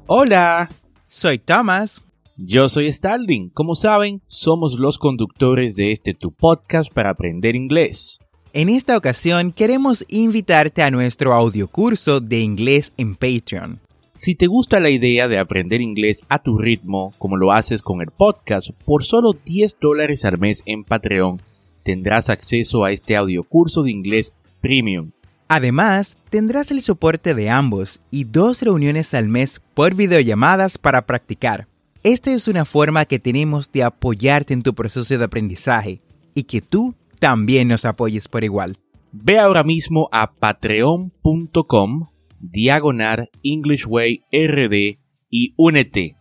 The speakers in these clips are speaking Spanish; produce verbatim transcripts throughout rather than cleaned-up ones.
Hola, soy Thomas. Yo soy Starling. Como saben, somos los conductores de este tu podcast para aprender inglés. En esta ocasión queremos invitarte a nuestro audiocurso de inglés en Patreon. Si te gusta la idea de aprender inglés a tu ritmo, como lo haces con el podcast, por solo diez dólares al mes en Patreon, tendrás acceso a este audiocurso de inglés premium. Además, tendrás el soporte de ambos y dos reuniones al mes por videollamadas para practicar. Esta es una forma que tenemos de apoyarte en tu proceso de aprendizaje y que tú también nos apoyes por igual. Ve ahora mismo a patreon.com diagonal English Way R D y únete.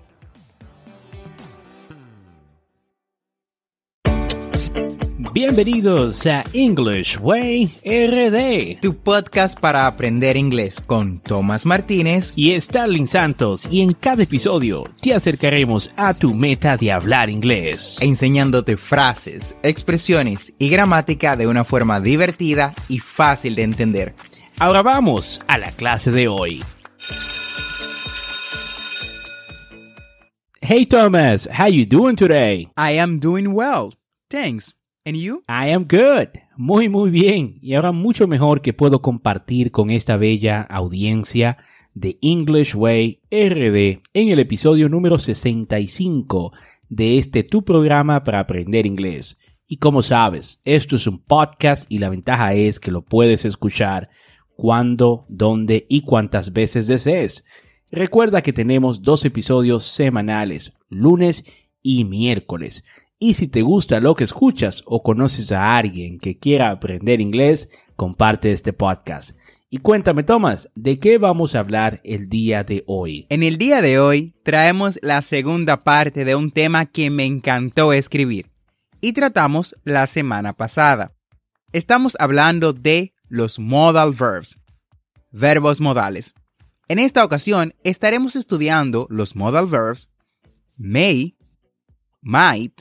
Bienvenidos a English Way R D, tu podcast para aprender inglés con Tomás Martínez y Starling Santos, y en cada episodio te acercaremos a tu meta de hablar inglés, enseñándote frases, expresiones y gramática de una forma divertida y fácil de entender. Ahora vamos a la clase de hoy. Hey Thomas, how you doing today? I am doing well, thanks. And you? I am good. Muy, muy bien. Y ahora mucho mejor que puedo compartir con esta bella audiencia de English Way R D en el episodio número sesenta y cinco de este tu programa para aprender inglés. Y como sabes, esto es un podcast y la ventaja es que lo puedes escuchar cuando, dónde y cuántas veces desees. Recuerda que tenemos dos episodios semanales, lunes y miércoles. Y si te gusta lo que escuchas o conoces a alguien que quiera aprender inglés, comparte este podcast. Y cuéntame, Tomás, ¿de qué vamos a hablar el día de hoy? En el día de hoy traemos la segunda parte de un tema que me encantó escribir y tratamos la semana pasada. Estamos hablando de los modal verbs, verbos modales. En esta ocasión estaremos estudiando los modal verbs may, might,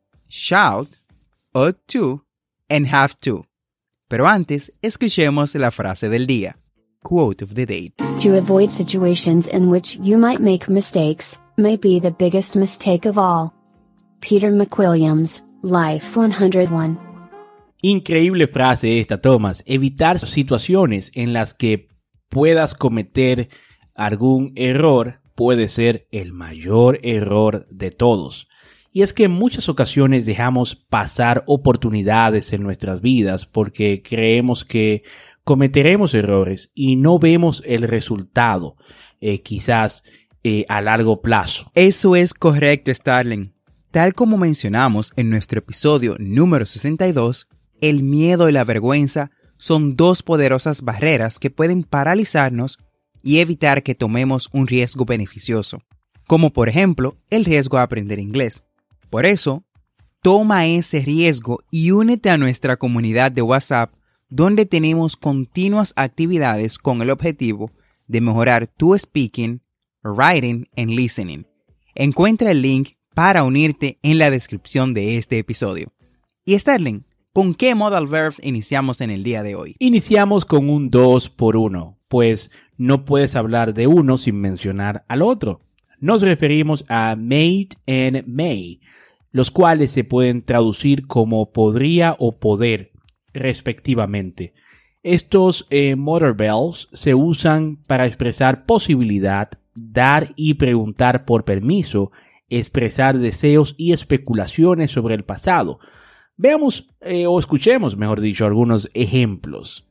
shall, ought to, and have to. Pero antes, escuchemos la frase del día. Quote of the day. To avoid situations in which you might make mistakes, may be the biggest mistake of all. Peter McWilliams, Life one oh one. Increíble frase esta, Thomas. Evitar situaciones en las que puedas cometer algún error puede ser el mayor error de todos. Y es que en muchas ocasiones dejamos pasar oportunidades en nuestras vidas porque creemos que cometeremos errores y no vemos el resultado, eh, quizás eh, a largo plazo. Eso es correcto, Starling. Tal como mencionamos en nuestro episodio número sesenta y dos, el miedo y la vergüenza son dos poderosas barreras que pueden paralizarnos y evitar que tomemos un riesgo beneficioso, como por ejemplo el riesgo de aprender inglés. Por eso, toma ese riesgo y únete a nuestra comunidad de WhatsApp, donde tenemos continuas actividades con el objetivo de mejorar tu speaking, writing and listening. Encuentra el link para unirte en la descripción de este episodio. Y Starling, ¿con qué modal verbs iniciamos en el día de hoy? Iniciamos con un dos por uno, pues no puedes hablar de uno sin mencionar al otro. Nos referimos a made and may, los cuales se pueden traducir como podría o poder, respectivamente. Estos eh, modal verbs se usan para expresar posibilidad, dar y preguntar por permiso, expresar deseos y especulaciones sobre el pasado. Veamos eh, o escuchemos, mejor dicho, algunos ejemplos.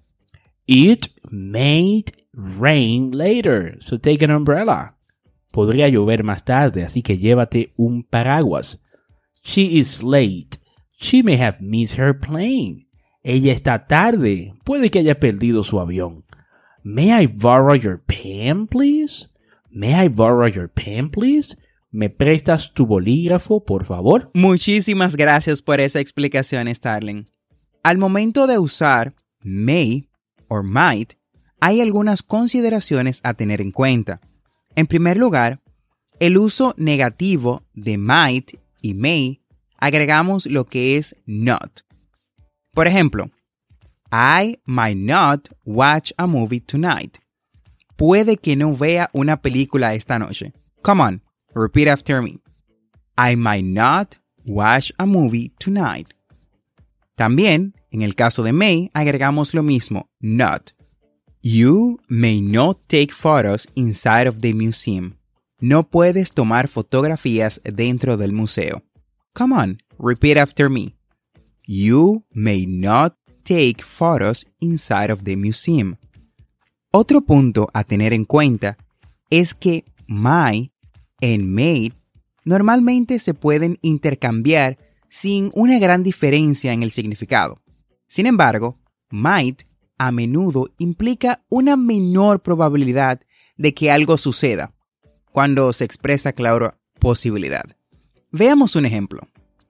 It may rain later, so take an umbrella. Podría llover más tarde, así que llévate un paraguas. She is late. She may have missed her plane. Ella está tarde. Puede que haya perdido su avión. May I borrow your pen, please? May I borrow your pen, please? ¿Me prestas tu bolígrafo, por favor? Muchísimas gracias por esa explicación, Starling. Al momento de usar may o might, hay algunas consideraciones a tener en cuenta. En primer lugar, el uso negativo de might y may, agregamos lo que es not. Por ejemplo, I might not watch a movie tonight. puede que no vea una película esta noche. Come on, repeat after me. I might not watch a movie tonight. También, en el caso de may, agregamos lo mismo, not. You may not take photos inside of the museum. No puedes tomar fotografías dentro del museo. Come on, repeat after me. You may not take photos inside of the museum. Otro punto a tener en cuenta es que might y may normalmente se pueden intercambiar sin una gran diferencia en el significado. Sin embargo, might a menudo implica una menor probabilidad de que algo suceda cuando se expresa, claro, posibilidad. Veamos un ejemplo.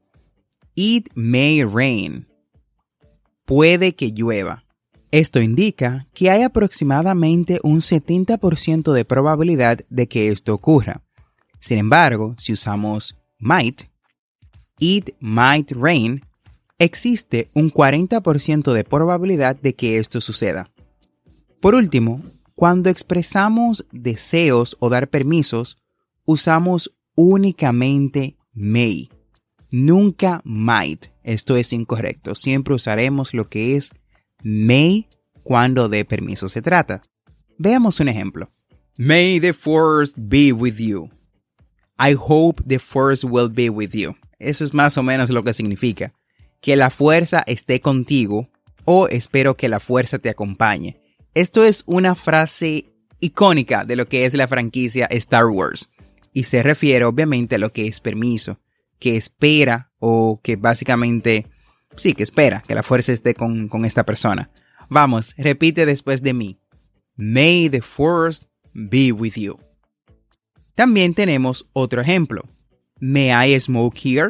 It may rain. Puede que llueva. Esto indica que hay aproximadamente un setenta por ciento de probabilidad de que esto ocurra. Sin embargo, si usamos might, it might rain, existe un cuarenta por ciento de probabilidad de que esto suceda. Por último, cuando expresamos deseos o dar permisos, usamos únicamente may. Nunca might. Esto es incorrecto. Siempre usaremos lo que es may cuando de permiso se trata. Veamos un ejemplo. May the force be with you. I hope the force will be with you. Eso es más o menos lo que significa. Que la fuerza esté contigo o espero que la fuerza te acompañe. Esto es una frase icónica de lo que es la franquicia Star Wars. Y se refiere obviamente a lo que es permiso. Que espera o que básicamente, sí, que espera que la fuerza esté con, con esta persona. Vamos, repite después de mí. May the force be with you. También tenemos otro ejemplo. May I smoke here?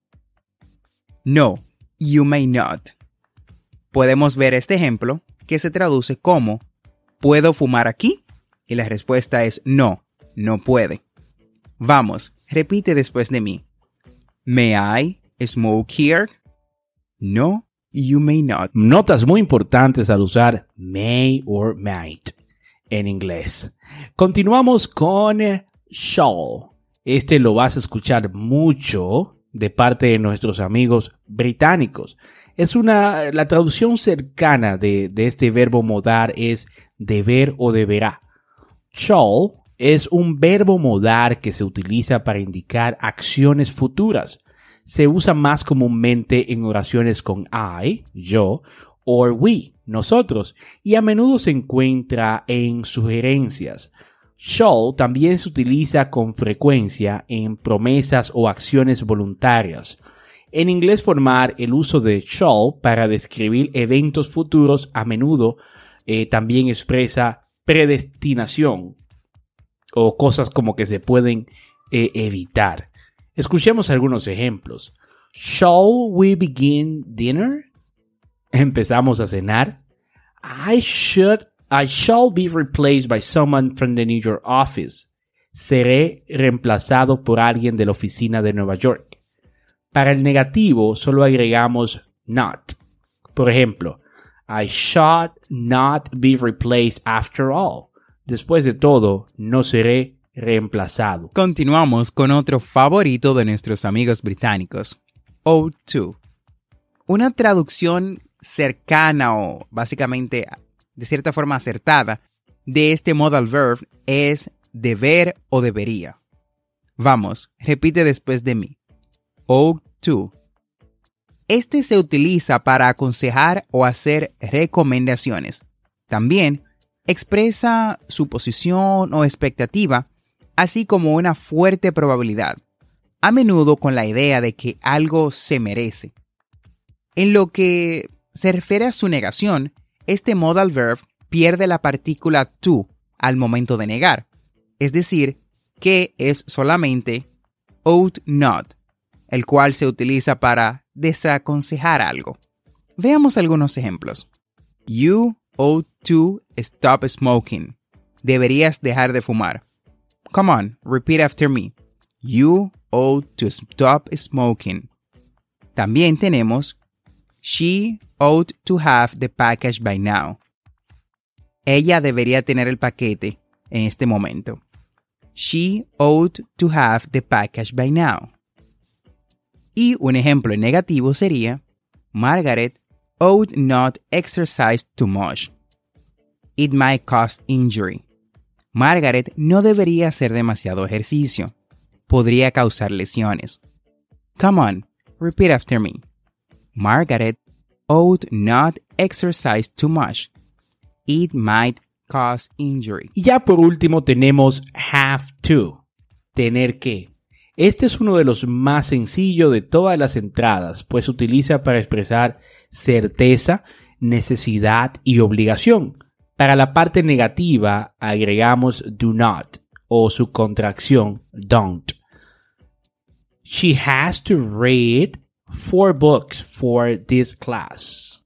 No, you may not. Podemos ver este ejemplo que se traduce como ¿puedo fumar aquí? Y la respuesta es no, no puede. Vamos, repite después de mí. May I smoke here? No, you may not. Notas muy importantes al usar may or might en inglés. Continuamos con shall. Este lo vas a escuchar mucho de parte de nuestros amigos británicos. Es una, la traducción cercana de, de este verbo modar es deber o deberá. Shall es un verbo modar que se utiliza para indicar acciones futuras. Se usa más comúnmente en oraciones con I, yo, o we, nosotros, y a menudo se encuentra en sugerencias. Shall también se utiliza con frecuencia en promesas o acciones voluntarias. En inglés, formar el uso de shall para describir eventos futuros a menudo eh, también expresa predestinación o cosas como que se pueden eh, evitar. Escuchemos algunos ejemplos. Shall we begin dinner? ¿Empezamos a cenar? I should, I shall be replaced by someone from the New York office. Seré reemplazado por alguien de la oficina de Nueva York. Para el negativo, solo agregamos not. Por ejemplo, I shall not be replaced after all. Después de todo, no seré reemplazado. Continuamos con otro favorito de nuestros amigos británicos, ought to. Una traducción cercana o básicamente de cierta forma acertada de este modal verb es deber o debería. Vamos, repite después de mí. Ought to. Este se utiliza para aconsejar o hacer recomendaciones. También expresa suposición o expectativa, así como una fuerte probabilidad, a menudo con la idea de que algo se merece. En lo que se refiere a su negación, este modal verb pierde la partícula to al momento de negar, es decir, que es solamente ought not, el cual se utiliza para desaconsejar algo. Veamos algunos ejemplos. You ought to stop smoking. Deberías dejar de fumar. Come on, repeat after me. You ought to stop smoking. También tenemos She ought to have the package by now. Ella debería tener el paquete en este momento. She ought to have the package by now. Y un ejemplo negativo sería, Margaret ought not exercise too much. It might cause injury. Margaret no debería hacer demasiado ejercicio. Podría causar lesiones. Come on, repeat after me. Margaret ought not exercise too much. It might cause injury. Y ya por último tenemos have to, tener que. Este es uno de los más sencillos de todas las entradas, pues se utiliza para expresar certeza, necesidad y obligación. Para la parte negativa agregamos do not o su contracción don't. She has to read four books for this class.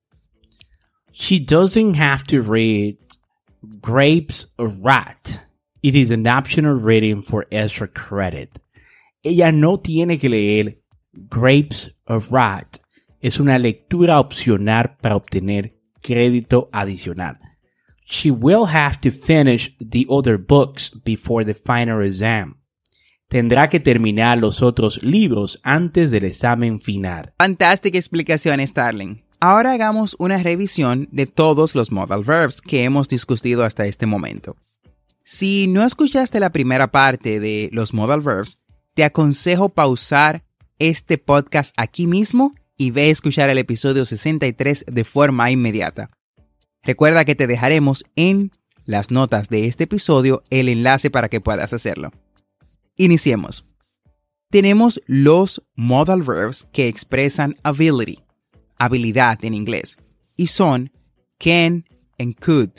She doesn't have to read Grapes of Wrath. It is an optional reading for extra credit. Ella no tiene que leer Grapes of Wrath. Es una lectura opcional para obtener crédito adicional. She will have to finish the other books before the final exam. Tendrá que terminar los otros libros antes del examen final. Fantástica explicación, Starling. Ahora hagamos una revisión de todos los modal verbs que hemos discutido hasta este momento. Si no escuchaste la primera parte de los modal verbs, te aconsejo pausar este podcast aquí mismo y ve a escuchar el episodio sesenta y tres de forma inmediata. Recuerda que te dejaremos en las notas de este episodio el enlace para que puedas hacerlo. Iniciemos. Tenemos los modal verbs que expresan ability, habilidad en inglés, y son can and could.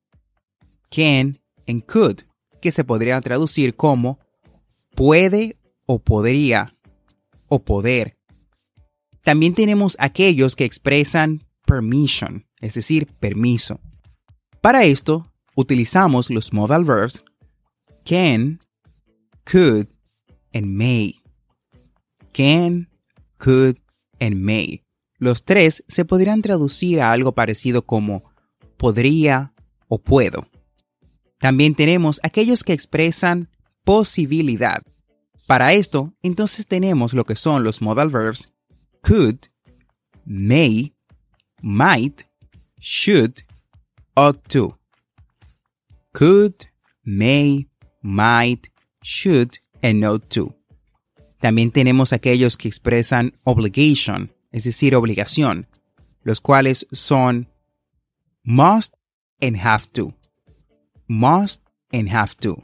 Can and could, que se podría traducir como puede o podría o poder. También tenemos aquellos que expresan permission, es decir, permiso. Para esto, utilizamos los modal verbs can, could, and may. Can, could, and may. Los tres se podrían traducir a algo parecido como podría o puedo. También tenemos aquellos que expresan posibilidad. Para esto, entonces tenemos lo que son los modal verbs could, may, might, should, ought to. Could, may, might, should, and ought to. También tenemos aquellos que expresan obligation, es decir, obligación, los cuales son must and have to. Must and have to.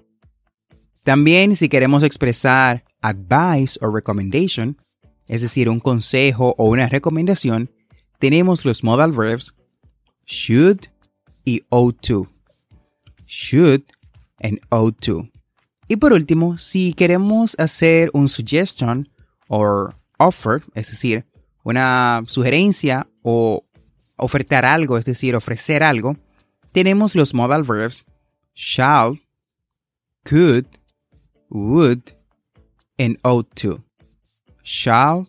También si queremos expresar advice o recommendation, es decir, un consejo o una recomendación, tenemos los modal verbs should y ought to. Should and ought to. Y por último, si queremos hacer un suggestion o offer, es decir, una sugerencia o ofertar algo, es decir, ofrecer algo, tenemos los modal verbs shall, could, would, and ought to. Shall,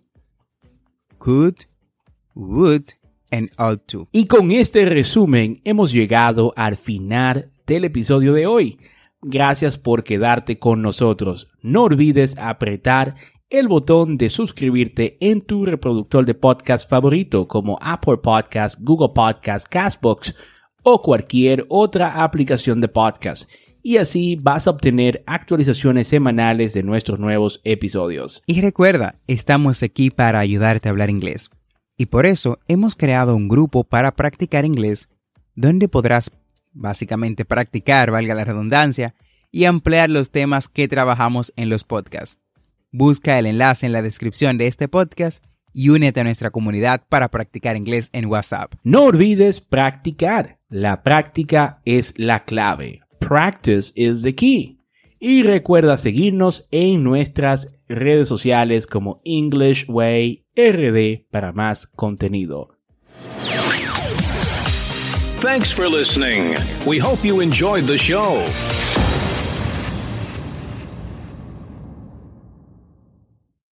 could, would, and ought to. Y con este resumen hemos llegado al final del episodio de hoy. Gracias por quedarte con nosotros. No olvides apretar el botón de suscribirte en tu reproductor de podcast favorito como Apple Podcasts, Google Podcasts, Castbox o cualquier otra aplicación de podcast. Y así vas a obtener actualizaciones semanales de nuestros nuevos episodios. Y recuerda, estamos aquí para ayudarte a hablar inglés. Y por eso hemos creado un grupo para practicar inglés donde podrás básicamente practicar, valga la redundancia, y ampliar los temas que trabajamos en los podcasts. Busca el enlace en la descripción de este podcast y únete a nuestra comunidad para practicar inglés en WhatsApp. No olvides practicar. La práctica es la clave. Practice is the key. Y recuerda seguirnos en nuestras redes sociales como English Way R D para más contenido. Thanks for listening. We hope you enjoyed the show.